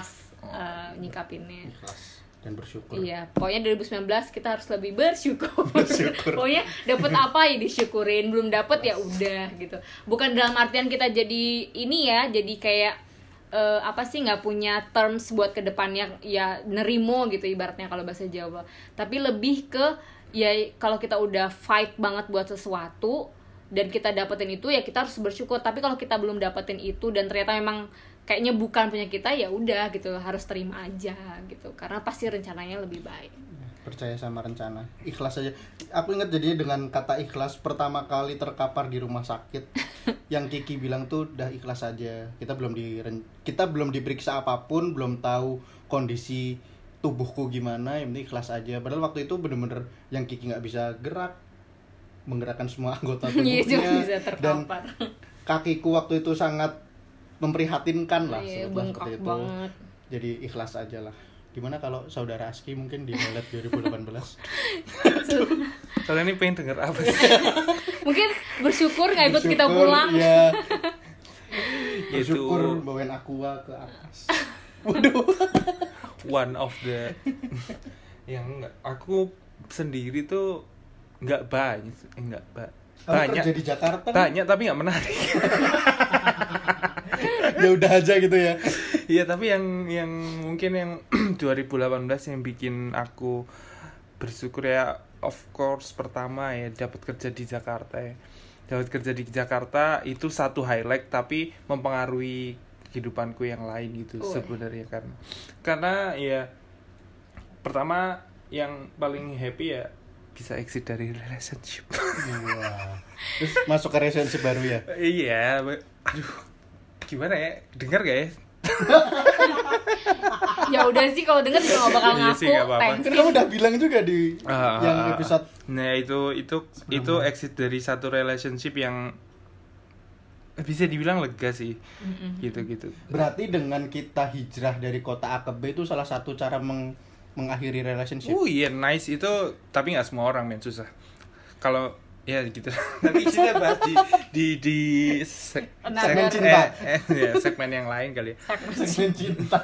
[SPEAKER 2] nyikapinnya.
[SPEAKER 3] Ikhlas dan bersyukur.
[SPEAKER 2] Iya, pokoknya 2019 kita harus lebih bersyukur. Pokoknya dapat apa ya disyukurin, belum dapat ya udah gitu. Bukan dalam artian kita jadi ini ya, jadi kayak apa sih nggak punya terms buat kedepannya ya nerimo gitu ibaratnya kalau bahasa Jawa. Tapi lebih ke ya kalau kita udah fight banget buat sesuatu dan kita dapetin itu ya kita harus bersyukur. Tapi kalau kita belum dapetin itu dan ternyata memang kayaknya bukan punya kita ya udah gitu, harus terima aja gitu karena pasti rencananya lebih baik.
[SPEAKER 3] Percaya sama rencana, ikhlas aja. Aku ingat jadinya dengan kata ikhlas pertama kali terkapar di rumah sakit yang Kiki bilang tuh udah ikhlas aja, kita belum diperiksa apapun, belum tahu kondisi tubuhku gimana, yang penting ikhlas aja. Padahal waktu itu bener-bener yang Kiki nggak bisa gerak, menggerakkan semua anggota tubuhnya dan kakiku waktu itu sangat memprihatinkan lah
[SPEAKER 2] seperti itu. Banget.
[SPEAKER 3] Jadi ikhlas aja lah. Gimana kalau saudara Aski mungkin di Melet 2018?
[SPEAKER 1] Soalnya ini pengen denger apa sih?
[SPEAKER 2] Mungkin bersyukur nggak ikut kita pulang.
[SPEAKER 3] Iya. Bersyukur bawain Aqua ke atas. Waduh.
[SPEAKER 1] One of the yang enggak, aku sendiri tuh nggak banyak. Banyak
[SPEAKER 3] kerja di Jakarta
[SPEAKER 1] banyak tapi nggak menarik.
[SPEAKER 3] Ya udah aja gitu ya.
[SPEAKER 1] Iya, tapi yang mungkin yang 2018 yang bikin aku bersyukur ya, of course pertama ya dapat kerja di Jakarta ya. Dapat kerja di Jakarta itu satu highlight tapi mempengaruhi kehidupanku yang lain gitu sebenarnya kan. Karena ya pertama yang paling happy ya bisa exit dari relationship.
[SPEAKER 3] Wah. Terus masuk ke relationship baru ya?
[SPEAKER 1] Iya, aduh, gimana ya? Dengar gak ya?
[SPEAKER 2] Ya udah sih kalau denger juga gak bakal ngaku.
[SPEAKER 3] Kan kamu udah bilang juga di yang episode.
[SPEAKER 1] Nah itu exit dari satu relationship yang bisa dibilang lega sih. Gitu.
[SPEAKER 3] Berarti dengan kita hijrah dari kota A ke B itu salah satu cara mengakhiri relationship.
[SPEAKER 1] Iya, nice itu, tapi nggak semua orang susah. Kalau ya gitu. Nanti kita bahas di
[SPEAKER 3] segmen cinta.
[SPEAKER 1] Segmen yang lain kali ya.
[SPEAKER 3] Segmen cinta.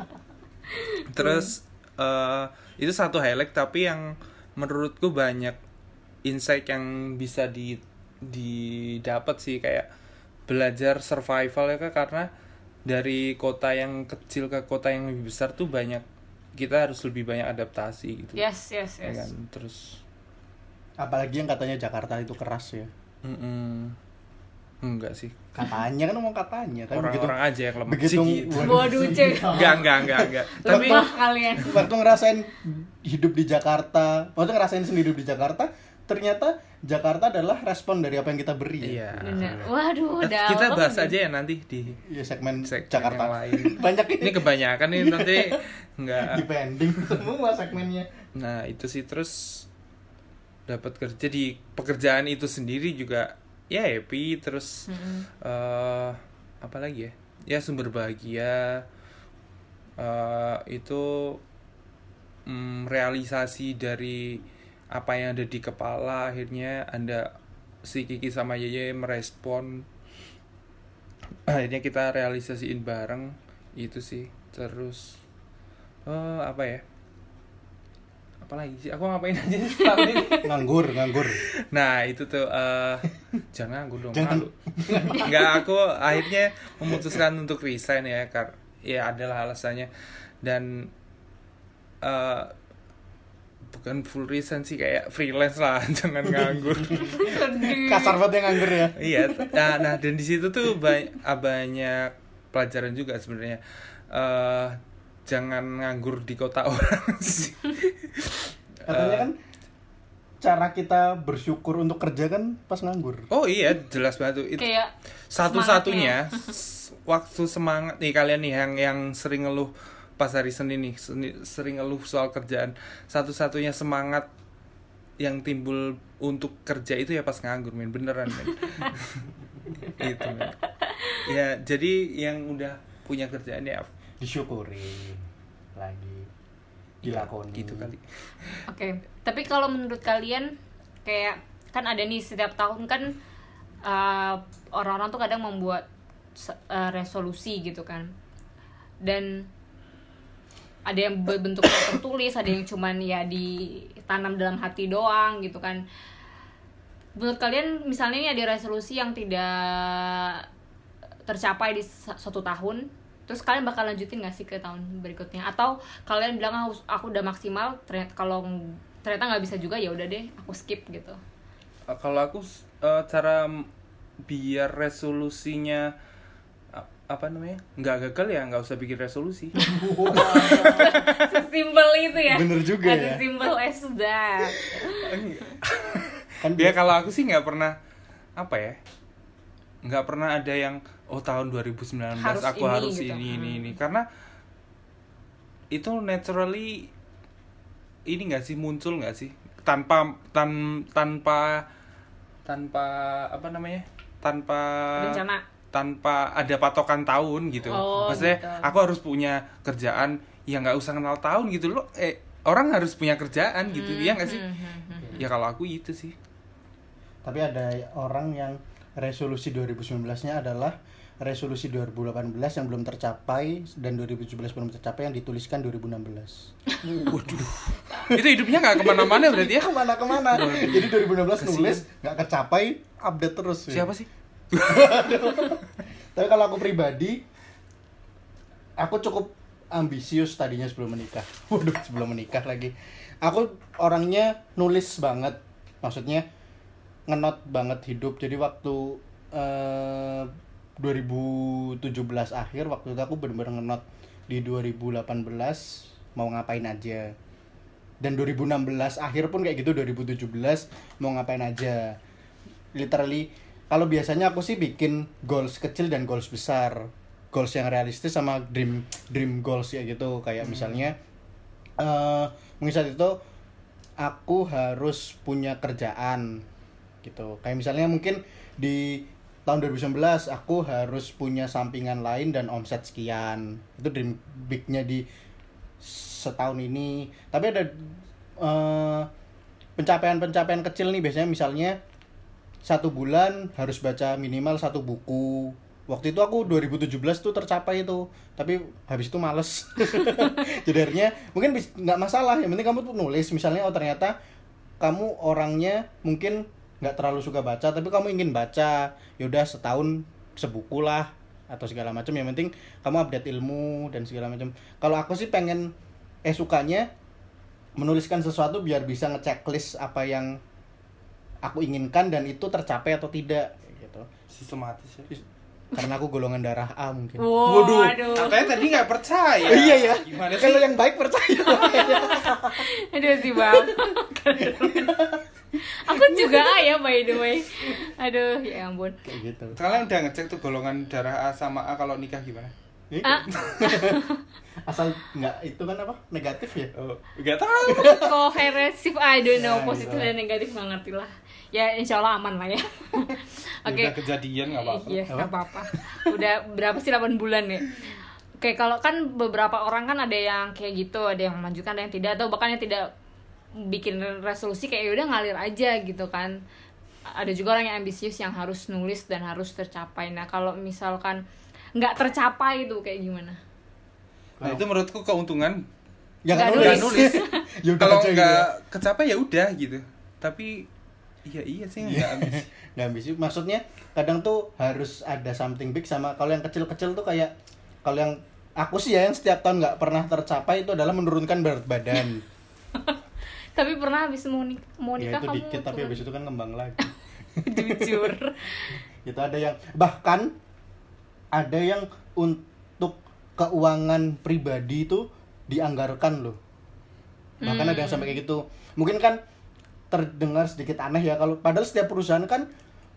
[SPEAKER 1] Terus itu satu highlight tapi yang menurutku banyak insight yang bisa didapat sih, kayak belajar survival ya, karena dari kota yang kecil ke kota yang lebih besar tuh kita harus lebih banyak adaptasi gitu.
[SPEAKER 2] Yes.
[SPEAKER 1] Ya kan? Terus
[SPEAKER 3] apalagi yang katanya Jakarta itu keras ya.
[SPEAKER 1] Enggak sih.
[SPEAKER 3] Katanya kan ngomong katanya, tapi
[SPEAKER 1] orang-orang aja yang lemah.
[SPEAKER 3] Begitu.
[SPEAKER 2] Waduh, cek.
[SPEAKER 1] Enggak. Tapi
[SPEAKER 2] kalian
[SPEAKER 3] waktu ngerasain hidup di Jakarta, sendiri di Jakarta, ternyata Jakarta adalah respon dari apa yang kita beri.
[SPEAKER 1] Iya.
[SPEAKER 2] Waduh,
[SPEAKER 1] kita bahas aja ya nanti di
[SPEAKER 3] segmen Jakarta
[SPEAKER 1] lain.
[SPEAKER 3] Banyak
[SPEAKER 1] ini kebanyakan nih nanti enggak
[SPEAKER 3] depending semua segmennya.
[SPEAKER 1] Nah, itu sih. Terus dapat kerja di pekerjaan itu sendiri juga ya happy. Terus apa lagi ya? Ya sumber bahagia itu realisasi dari apa yang ada di kepala, akhirnya si Kiki sama Yeye merespon, akhirnya kita realisasiin bareng itu sih. Terus apa ya, apalagi sih, aku ngapain aja sih setelah ini?
[SPEAKER 3] nganggur
[SPEAKER 1] Nah itu tuh jangan nganggur dong, malu. Nggak, aku akhirnya memutuskan untuk resign ya, ya adalah alasannya. Dan bukan full resign sih, kayak freelance lah. Jangan nganggur.
[SPEAKER 3] Kasar banget yang nganggur ya.
[SPEAKER 1] Iya. Nah dan di situ tuh banyak pelajaran juga sebenarnya. Jangan nganggur di kota orang sih.
[SPEAKER 3] Katanya kan cara kita bersyukur untuk kerja kan pas nganggur.
[SPEAKER 1] Oh iya, jelas banget tuh. Itu
[SPEAKER 2] kayak
[SPEAKER 1] satu-satunya waktu semangat nih kalian nih yang sering ngeluh pas hari Senin nih, sering ngeluh soal kerjaan. Satu-satunya semangat yang timbul untuk kerja itu ya pas nganggur, men. Beneran, men. Itu, men. Ya, jadi yang udah punya kerjaan ya
[SPEAKER 3] disyukuri lagi, dilakoni.
[SPEAKER 1] Gitu kali.
[SPEAKER 2] Oke. Tapi kalau menurut kalian, kayak kan ada nih setiap tahun kan orang-orang tuh kadang membuat resolusi gitu kan. Dan ada yang bentuknya tertulis, ada yang cuman ya ditanam dalam hati doang gitu kan. Menurut kalian misalnya ini ada resolusi yang tidak tercapai di suatu tahun, terus kalian bakal lanjutin nggak sih ke tahun berikutnya, atau kalian bilang aku udah maksimal, ternyata kalau ternyata nggak bisa juga ya udah deh aku skip gitu?
[SPEAKER 1] Kalau aku cara biar resolusinya apa namanya nggak gagal ya nggak usah bikin resolusi.
[SPEAKER 2] Sesimpel itu ya.
[SPEAKER 3] Bener juga ya.
[SPEAKER 2] Sesimpel as that.
[SPEAKER 1] Kan ya kalau aku sih nggak pernah nggak pernah ada yang tahun 2019 aku harus gitu. ini karena itu naturally ini nggak sih muncul nggak sih tanpa apa namanya tanpa
[SPEAKER 2] rencana,
[SPEAKER 1] tanpa ada patokan tahun gitu. Maksudnya gitu. Aku harus punya kerjaan yang nggak usah kenal tahun gitu loh. Orang harus punya kerjaan gitu, ya nggak sih? Ya kalau aku itu sih.
[SPEAKER 3] Tapi ada orang yang resolusi 2019-nya adalah resolusi 2018 yang belum tercapai dan 2017 belum tercapai yang dituliskan 2016.
[SPEAKER 1] Waduh. Itu hidupnya nggak kemana-mana berarti ya?
[SPEAKER 3] Kemana-kemana. Jadi 2016 nulis nggak kecapai, update terus.
[SPEAKER 1] Siapa sih?
[SPEAKER 3] Tapi kalau aku pribadi, aku cukup ambisius tadinya sebelum menikah. Waduh, sebelum menikah lagi. Aku orangnya nulis banget. Maksudnya ngenot banget hidup. Jadi waktu 2017 akhir, waktu itu aku benar-benar ngenot di 2018 mau ngapain aja. Dan 2016 akhir pun kayak gitu, 2017 mau ngapain aja. Literally, kalau biasanya aku sih bikin goals kecil dan goals besar. Goals yang realistis sama dream goals ya gitu. Kayak misalnya mungkin saat itu aku harus punya kerjaan gitu. Kayak misalnya mungkin di tahun 2019 aku harus punya sampingan lain dan omset sekian. Itu dream big-nya di setahun ini. Tapi ada pencapaian-pencapaian kecil nih, biasanya misalnya 1 bulan harus baca minimal 1 buku. Waktu itu aku 2017 tuh tercapai itu, tapi habis itu males. Jadi akhirnya mungkin nggak masalah, yang penting kamu tuh nulis. Misalnya ternyata kamu orangnya mungkin nggak terlalu suka baca, tapi kamu ingin baca, yaudah setahun sebuku lah atau segala macam. Yang penting kamu update ilmu dan segala macam. Kalau aku sih sukanya menuliskan sesuatu biar bisa ngechecklist apa yang aku inginkan dan itu tercapai atau tidak gitu.
[SPEAKER 1] Sistematis ya.
[SPEAKER 3] Karena aku golongan darah A mungkin.
[SPEAKER 2] Waduh.
[SPEAKER 1] Katanya tadi nggak percaya.
[SPEAKER 3] Iya ya.
[SPEAKER 1] Gimana sih?
[SPEAKER 3] Kalau yang baik percaya.
[SPEAKER 2] Aduh sih bang. Aku juga A ya by the way. Aduh ya ampun.
[SPEAKER 3] Kayak gitu.
[SPEAKER 1] Kalian udah ngecek tuh golongan darah A sama A kalau nikah gimana?
[SPEAKER 3] Asal nggak itu kan apa negatif ya?
[SPEAKER 1] Nggak tahu.
[SPEAKER 2] Koheresif, I don't know,
[SPEAKER 3] Ya,
[SPEAKER 2] positif
[SPEAKER 3] gitu.
[SPEAKER 2] dan negatif nggak ngerti lah. Ya insya Allah aman lah ya. Oke.
[SPEAKER 1] Udah kejadian nggak apa-apa.
[SPEAKER 2] Iya nggak apa-apa. Udah berapa sih 8 bulan ya? Oke, kalau kan beberapa orang kan ada yang kayak gitu, ada yang melanjutkan, ada yang tidak, atau bahkan yang tidak bikin resolusi kayak udah ngalir aja gitu kan. Ada juga orang yang ambisius yang harus nulis dan harus tercapai. Nah kalau misalkan nggak tercapai itu kayak gimana?
[SPEAKER 1] Nah itu menurutku keuntungan
[SPEAKER 3] Nggak
[SPEAKER 2] nulis.
[SPEAKER 1] nulis.
[SPEAKER 3] Ya udah
[SPEAKER 1] Kalau
[SPEAKER 3] aja gitu
[SPEAKER 1] nggak
[SPEAKER 3] ya.
[SPEAKER 1] kecapai ya udah gitu. Tapi iya sih nggak ambisi.
[SPEAKER 3] Nggak ambisius. Maksudnya kadang tuh harus ada something big, sama kalau yang kecil-kecil tuh kayak kalau yang aku sih ya yang setiap tahun nggak pernah tercapai itu adalah menurunkan berat badan.
[SPEAKER 2] Tapi pernah habis mau
[SPEAKER 3] Ya
[SPEAKER 2] nikah
[SPEAKER 3] itu
[SPEAKER 2] kamu
[SPEAKER 3] dikit tapi habis itu kan kembang lagi.
[SPEAKER 2] jujur.
[SPEAKER 3] Itu ada yang bahkan ada yang untuk keuangan pribadi itu dianggarkan loh. Bahkan ada yang sampai kayak gitu. Mungkin kan terdengar sedikit aneh ya, kalau padahal setiap perusahaan kan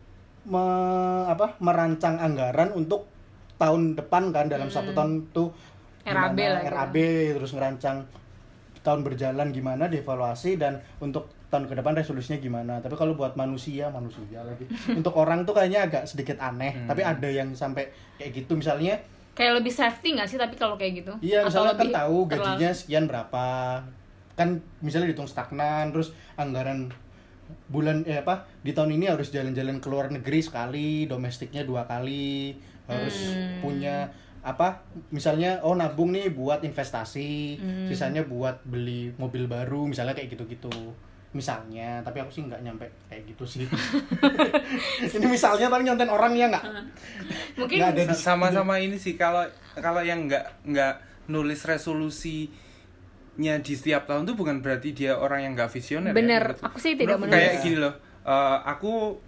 [SPEAKER 3] merancang anggaran untuk tahun depan kan, dalam 1 tahun tuh
[SPEAKER 2] RAB lah gitu.
[SPEAKER 3] RAB, terus ngerancang tahun berjalan gimana, dievaluasi, dan untuk tahun ke depan resolusinya gimana. Tapi kalau buat manusia lagi untuk orang tuh kayaknya agak sedikit aneh. Tapi ada yang sampai kayak gitu, misalnya
[SPEAKER 2] Kayak lebih safety nggak sih tapi kalau kayak gitu?
[SPEAKER 3] iya,
[SPEAKER 2] Atau
[SPEAKER 3] misalnya kan
[SPEAKER 2] lebih
[SPEAKER 3] tahu gajinya sekian berapa, kan misalnya dihitung stagnan, terus anggaran bulan di tahun ini harus jalan-jalan ke luar negeri sekali, domestiknya 2 kali, harus punya misalnya nabung nih buat investasi, sisanya buat beli mobil baru misalnya kayak gitu-gitu misalnya. Tapi aku sih nggak nyampe kayak gitu sih. Ini misalnya tapi nyonten orangnya nggak
[SPEAKER 2] mungkin
[SPEAKER 3] nggak ada
[SPEAKER 1] sama ini sih. Kalau yang nggak nulis resolusinya di setiap tahun tuh bukan berarti dia orang yang nggak visioner.
[SPEAKER 2] Bener, ya? Aku sih tidak menulis.
[SPEAKER 1] Kayak gini loh, aku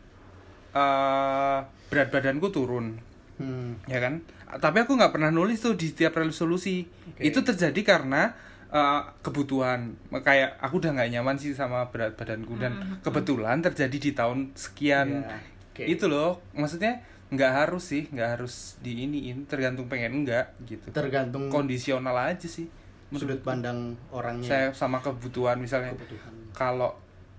[SPEAKER 1] berat badanku turun, ya kan? Tapi aku nggak pernah nulis tuh di setiap resolusi. Itu terjadi karena kebutuhan. Kayak aku udah nggak nyaman sih sama berat badanku dan kebetulan terjadi di tahun sekian. Itu loh, maksudnya nggak harus diiniin, tergantung pengen enggak gitu.
[SPEAKER 3] Tergantung
[SPEAKER 1] kondisional aja sih.
[SPEAKER 3] Sudut pandang orangnya.
[SPEAKER 1] Saya sama kebutuhan misalnya. Kalau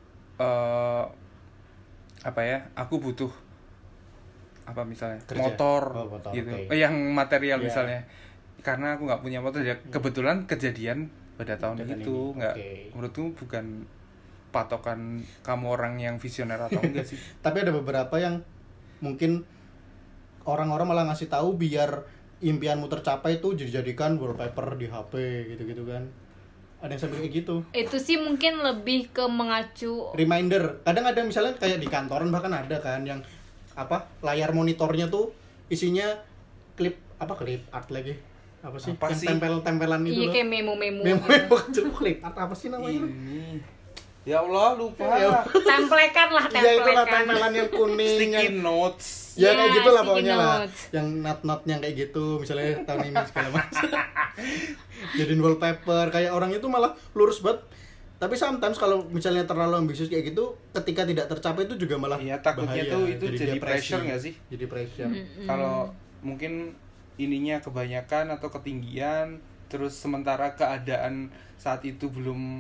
[SPEAKER 1] aku butuh misalnya motor gitu, yang material misalnya, karena aku nggak punya motor ya kebetulan kejadian pada tahun itu nggak, menurutku bukan patokan kamu orang yang visioner atau enggak sih.
[SPEAKER 3] Tapi ada beberapa yang mungkin orang-orang malah ngasih tahu biar impianmu tercapai tuh dijadikan wallpaper di HP gitu-gitu kan. Ada yang sampai kayak gitu.
[SPEAKER 2] Itu sih mungkin lebih ke mengacu
[SPEAKER 3] reminder. Kadang ada misalnya kayak di kantoran bahkan ada kan yang layar monitornya tuh isinya klip art lagi. Apa sih? Yang tempel-tempelan itu.
[SPEAKER 2] Iya, kayak memo-memo.
[SPEAKER 3] Klip art apa sih namanya?
[SPEAKER 1] Ini. Ya Allah, lupa.
[SPEAKER 2] Templekan lah.
[SPEAKER 3] Ya itulah tempelan yang kuning.
[SPEAKER 1] Sticky notes.
[SPEAKER 3] Ya kayak gitulah pokoknya lah. Yang not-notnya kayak gitu, misalnya tahun ini segala macam. Jadiin wallpaper, kayak orang itu malah lurus banget. Tapi sometimes kalau misalnya terlalu ambisius kayak gitu, ketika tidak tercapai itu juga malah
[SPEAKER 1] takutnya
[SPEAKER 3] bahaya.
[SPEAKER 1] tuh itu jadi pressure nggak sih?
[SPEAKER 3] Jadi pressure.
[SPEAKER 1] Kalau mungkin ininya kebanyakan atau ketinggian, terus sementara keadaan saat itu belum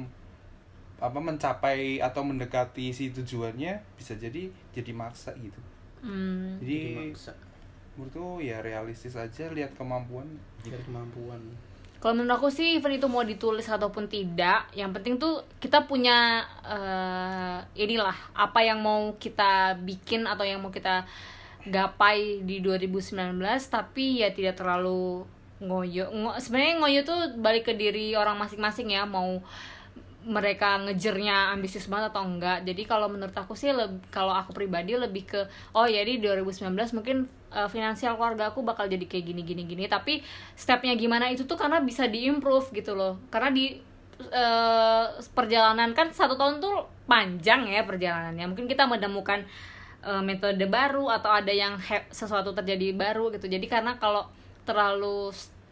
[SPEAKER 1] mencapai atau mendekati si tujuannya, bisa jadi maksa gitu. Jadi menurutku ya realistis aja, lihat kemampuan.
[SPEAKER 2] Kalau menurut aku sih event itu mau ditulis ataupun tidak, yang penting tuh kita punya inilah apa yang mau kita bikin atau yang mau kita gapai di 2019, tapi ya tidak terlalu ngoyo. Sebenarnya ngoyo tuh balik ke diri orang masing-masing ya, mau mereka ngejernya ambisius banget atau enggak. Jadi kalau menurut aku sih kalau aku pribadi lebih ke di 2019 mungkin finansial keluarga aku bakal jadi kayak gini, tapi stepnya gimana itu tuh karena bisa diimprove gitu loh. Karena di perjalanan kan 1 tahun tuh panjang ya perjalanannya. Mungkin kita menemukan metode baru atau ada yang sesuatu terjadi baru gitu. Jadi karena kalau terlalu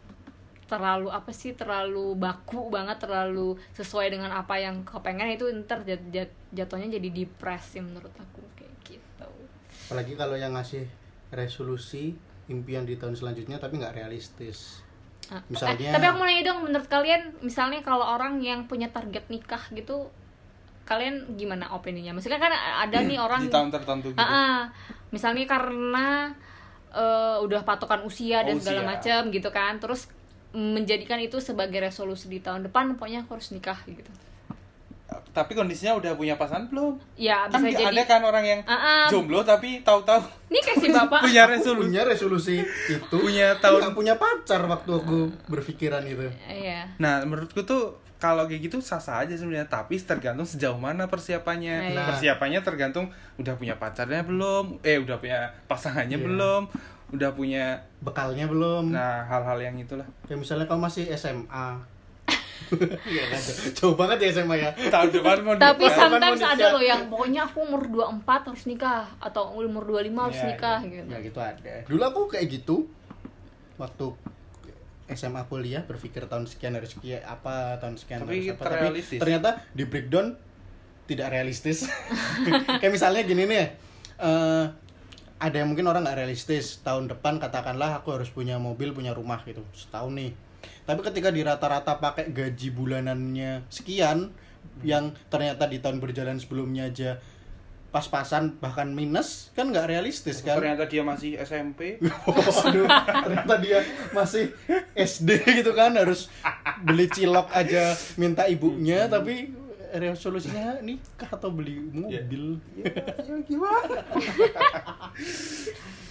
[SPEAKER 2] baku banget, terlalu sesuai dengan apa yang kepengen, itu ntar jatuhnya jadi depresi menurut aku kayak gitu.
[SPEAKER 3] Apalagi kalau yang ngasih resolusi impian di tahun selanjutnya tapi nggak realistis. Misalnya
[SPEAKER 2] tapi aku mau nanya dong, menurut kalian misalnya kalau orang yang punya target nikah gitu, kalian gimana opininya? Maksudnya kan ada nih orang
[SPEAKER 1] di tahun tertentu gitu.
[SPEAKER 2] Misalnya karena udah patokan usia dan segala macam gitu kan, terus menjadikan itu sebagai resolusi di tahun depan, pokoknya aku harus nikah gitu.
[SPEAKER 1] Tapi kondisinya udah punya pasangan belum?
[SPEAKER 2] Ya,
[SPEAKER 1] kan
[SPEAKER 2] bisa jadi.
[SPEAKER 1] Ada kan orang yang jomblo tapi tahu-tahu
[SPEAKER 2] nikah sih bapak.
[SPEAKER 1] punya
[SPEAKER 3] resolusi itu.
[SPEAKER 1] Punya tahun.
[SPEAKER 3] Nggak punya pacar waktu aku berpikiran itu.
[SPEAKER 2] Iya.
[SPEAKER 1] Nah, menurutku tuh kalau kayak gitu sah-sah aja sebenarnya, tapi tergantung sejauh mana persiapannya. Persiapannya tergantung udah punya pacarnya belum, udah punya pasangannya belum, udah punya
[SPEAKER 3] bekalnya belum.
[SPEAKER 1] Nah, hal-hal yang itulah.
[SPEAKER 3] Kayak misalnya kalau masih SMA. Jauh banget ya SMA ya.
[SPEAKER 1] Tahun depan mau
[SPEAKER 2] tapi sometimes ada loh yang pokoknya aku umur 24 harus nikah atau umur 25 harus nikah gitu.
[SPEAKER 3] Ya gitu ada. Dulu aku kayak gitu. Waktu SMA kuliah berpikir tahun sekian harus tahun sekian
[SPEAKER 1] tapi
[SPEAKER 3] harus apa. Tapi ternyata di breakdown tidak realistis. Kayak misalnya gini nih. Ada yang mungkin orang nggak realistis, tahun depan katakanlah aku harus punya mobil, punya rumah gitu setahun nih. Tapi ketika di rata-rata pakai gaji bulanannya sekian, yang ternyata di tahun berjalan sebelumnya aja pas-pasan bahkan minus, kan nggak realistis kan.
[SPEAKER 1] Ternyata dia masih SMP.
[SPEAKER 3] Ternyata dia masih SD gitu kan, harus beli cilok aja minta ibunya, tapi resolusinya nikah atau beli mobil.
[SPEAKER 1] Ya gimana?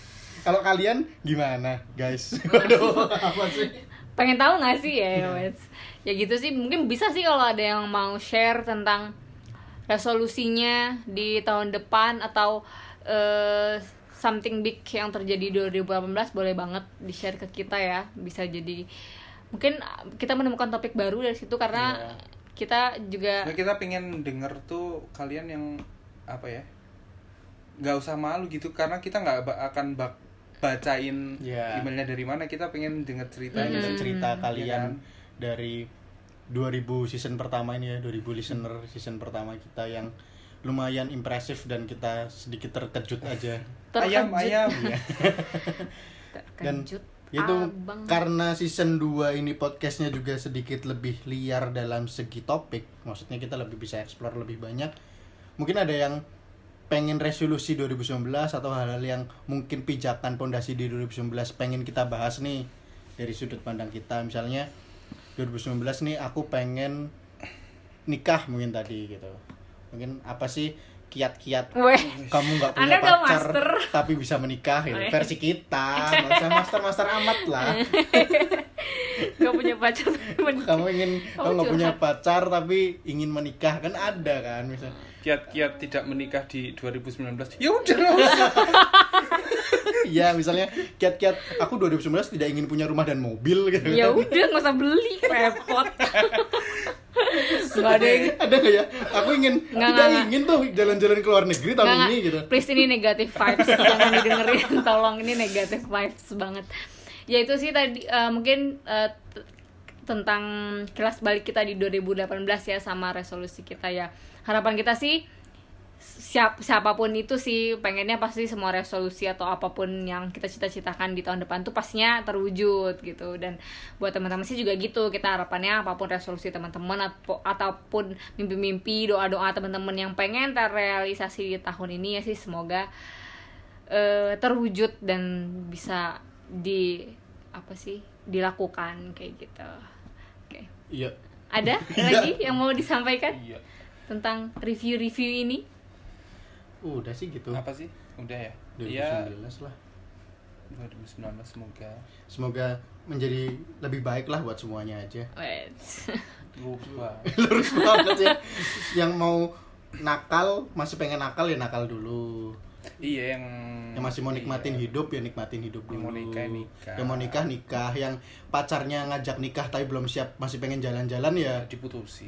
[SPEAKER 3] Kalau kalian gimana, guys? Waduh, apa sih?
[SPEAKER 2] Pengen tahu nggak sih ya, ya gitu sih. Mungkin bisa sih kalau ada yang mau share tentang resolusinya di tahun depan atau something big yang terjadi 2018, boleh banget di-share ke kita ya. Bisa jadi mungkin kita menemukan topik baru dari situ karena kita juga
[SPEAKER 1] kita pengen denger tuh kalian yang apa ya, nggak usah malu gitu karena kita nggak akan bacain emailnya dari mana, kita pengen denger
[SPEAKER 3] cerita kalian dari 2000 season pertama ini ya, 2000 listener season pertama kita yang lumayan impresif dan kita sedikit terkejut aja.
[SPEAKER 1] Ayam ya.
[SPEAKER 3] Dan itu karena season 2 ini podcastnya juga sedikit lebih liar dalam segi topik, maksudnya kita lebih bisa explore lebih banyak. Mungkin ada yang pengen resolusi 2019 atau hal-hal yang mungkin pijakan pondasi di 2019 pengen kita bahas nih dari sudut pandang kita. Misalnya 2019 nih aku pengen nikah mungkin tadi gitu. Mungkin apa sih kiat-kiat kamu nggak punya pacar tapi bisa menikah gitu. Versi kita, nggak usah master amat lah.
[SPEAKER 2] Nggak punya pacar
[SPEAKER 3] kamu nggak punya pacar tapi ingin menikah, kan ada kan misalnya
[SPEAKER 1] kiat-kiat tidak menikah di 2019. Ya udah.
[SPEAKER 3] Ya misalnya kiat-kiat aku 2019 tidak ingin punya rumah dan mobil gitu.
[SPEAKER 2] Ya udah, nggak usah beli, repot. Nggak ada yang
[SPEAKER 3] ada nggak ya? Aku ingin tuh jalan-jalan ke luar negeri tahun ini gitu.
[SPEAKER 2] Please, ini negative vibes, jangan didengerin, tolong, ini negative vibes banget. Ya itu sih tadi mungkin tentang kelas balik kita di 2018 ya, sama resolusi kita ya. Harapan kita sih siapapun itu sih pengennya pasti semua resolusi atau apapun yang kita cita-citakan di tahun depan tuh pastinya terwujud gitu. Dan buat teman-teman sih juga gitu, kita harapannya apapun resolusi teman-teman ataupun mimpi-mimpi, doa-doa teman-teman yang pengen terrealisasi di tahun ini ya sih, semoga terwujud dan bisa dilakukan kayak gitu. Oke.
[SPEAKER 3] Iya.
[SPEAKER 2] Ada lagi yang mau disampaikan tentang review ini?
[SPEAKER 3] Udah sih gitu.
[SPEAKER 1] Apa sih? Udah ya?
[SPEAKER 3] 2019 lah.
[SPEAKER 1] 2019
[SPEAKER 3] semoga menjadi lebih baik lah buat semuanya aja.
[SPEAKER 1] Lurus
[SPEAKER 3] banget ya. Yang mau nakal, masih pengen nakal ya nakal dulu.
[SPEAKER 1] Iya,
[SPEAKER 3] yang masih mau nikmatin hidup ya nikmatin hidup dulu.
[SPEAKER 1] Yang
[SPEAKER 3] mau nikah, yang pacarnya ngajak nikah tapi belum siap, masih pengen jalan-jalan ya
[SPEAKER 1] diputusin.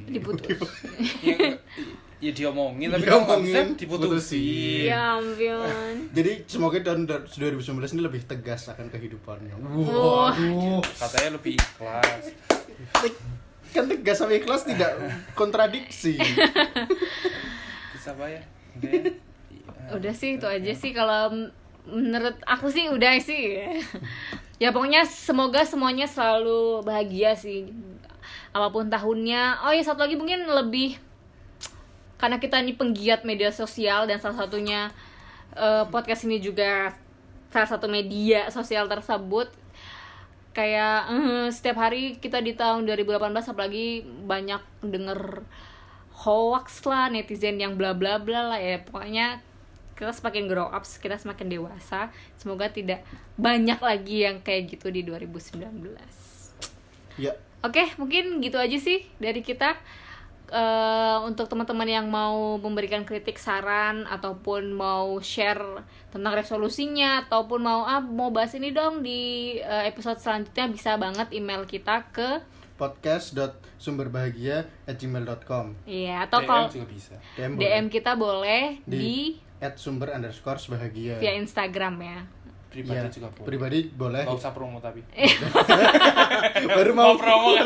[SPEAKER 1] Ya diomongin tapi diputusin.
[SPEAKER 2] Ya ampun.
[SPEAKER 3] Jadi semoga tahun 2019 ini lebih tegas akan kehidupannya.
[SPEAKER 2] Waduh.
[SPEAKER 1] Katanya lebih ikhlas.
[SPEAKER 3] Kan tegas sama ikhlas tidak kontradiksi.
[SPEAKER 1] Terus apa ya?
[SPEAKER 2] Udah sih itu aja sih kalau menurut aku sih, udah sih. Ya pokoknya semoga semuanya selalu bahagia sih apapun tahunnya. Oh ya, satu lagi mungkin lebih, karena kita ini penggiat media sosial dan salah satunya podcast ini juga salah satu media sosial tersebut. Kayak setiap hari kita di tahun 2018 apalagi banyak denger hoax lah, netizen yang bla bla bla lah ya. Pokoknya kita semakin grow up, kita semakin dewasa. Semoga tidak banyak lagi yang kayak gitu di 2019.
[SPEAKER 3] Ya.
[SPEAKER 2] Oke, mungkin gitu aja sih dari kita. Untuk teman-teman yang mau memberikan kritik, saran, ataupun mau share tentang resolusinya, ataupun mau bahas ini dong di episode selanjutnya, bisa banget email kita ke
[SPEAKER 3] podcast.sumberbahagia@gmail.com.
[SPEAKER 2] Iya, atau kalau DM kita boleh di
[SPEAKER 3] @sumber_bahagia
[SPEAKER 2] via Instagram ya.
[SPEAKER 1] Pribadi juga boleh.
[SPEAKER 3] Pribadi boleh.
[SPEAKER 1] Gak usah promo tapi.
[SPEAKER 3] Baru mau promo.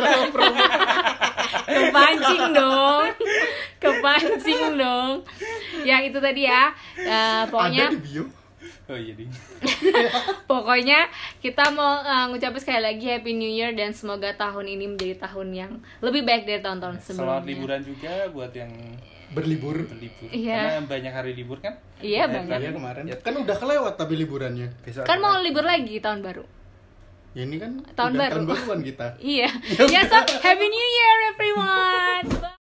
[SPEAKER 2] Kepancing dong. Ya itu tadi ya. Pokoknya.
[SPEAKER 3] Ada di bio.
[SPEAKER 1] Oh iya ding.
[SPEAKER 2] Pokoknya kita mau ngucapin sekali lagi Happy New Year dan semoga tahun ini menjadi tahun yang lebih baik dari tahun-tahun sebelumnya.
[SPEAKER 1] Selamat liburan juga buat yang
[SPEAKER 3] berlibur.
[SPEAKER 2] Iya.
[SPEAKER 1] Karena banyak hari libur kan?
[SPEAKER 2] Iya, banyak.
[SPEAKER 3] Iya kemarin. Kan udah kelewat tapi liburannya.
[SPEAKER 1] Besok
[SPEAKER 2] kan mau libur lagi tahun baru.
[SPEAKER 3] Ya ini kan
[SPEAKER 2] tahun baruan
[SPEAKER 3] kita.
[SPEAKER 2] Iya. Ya, so Happy New Year everyone.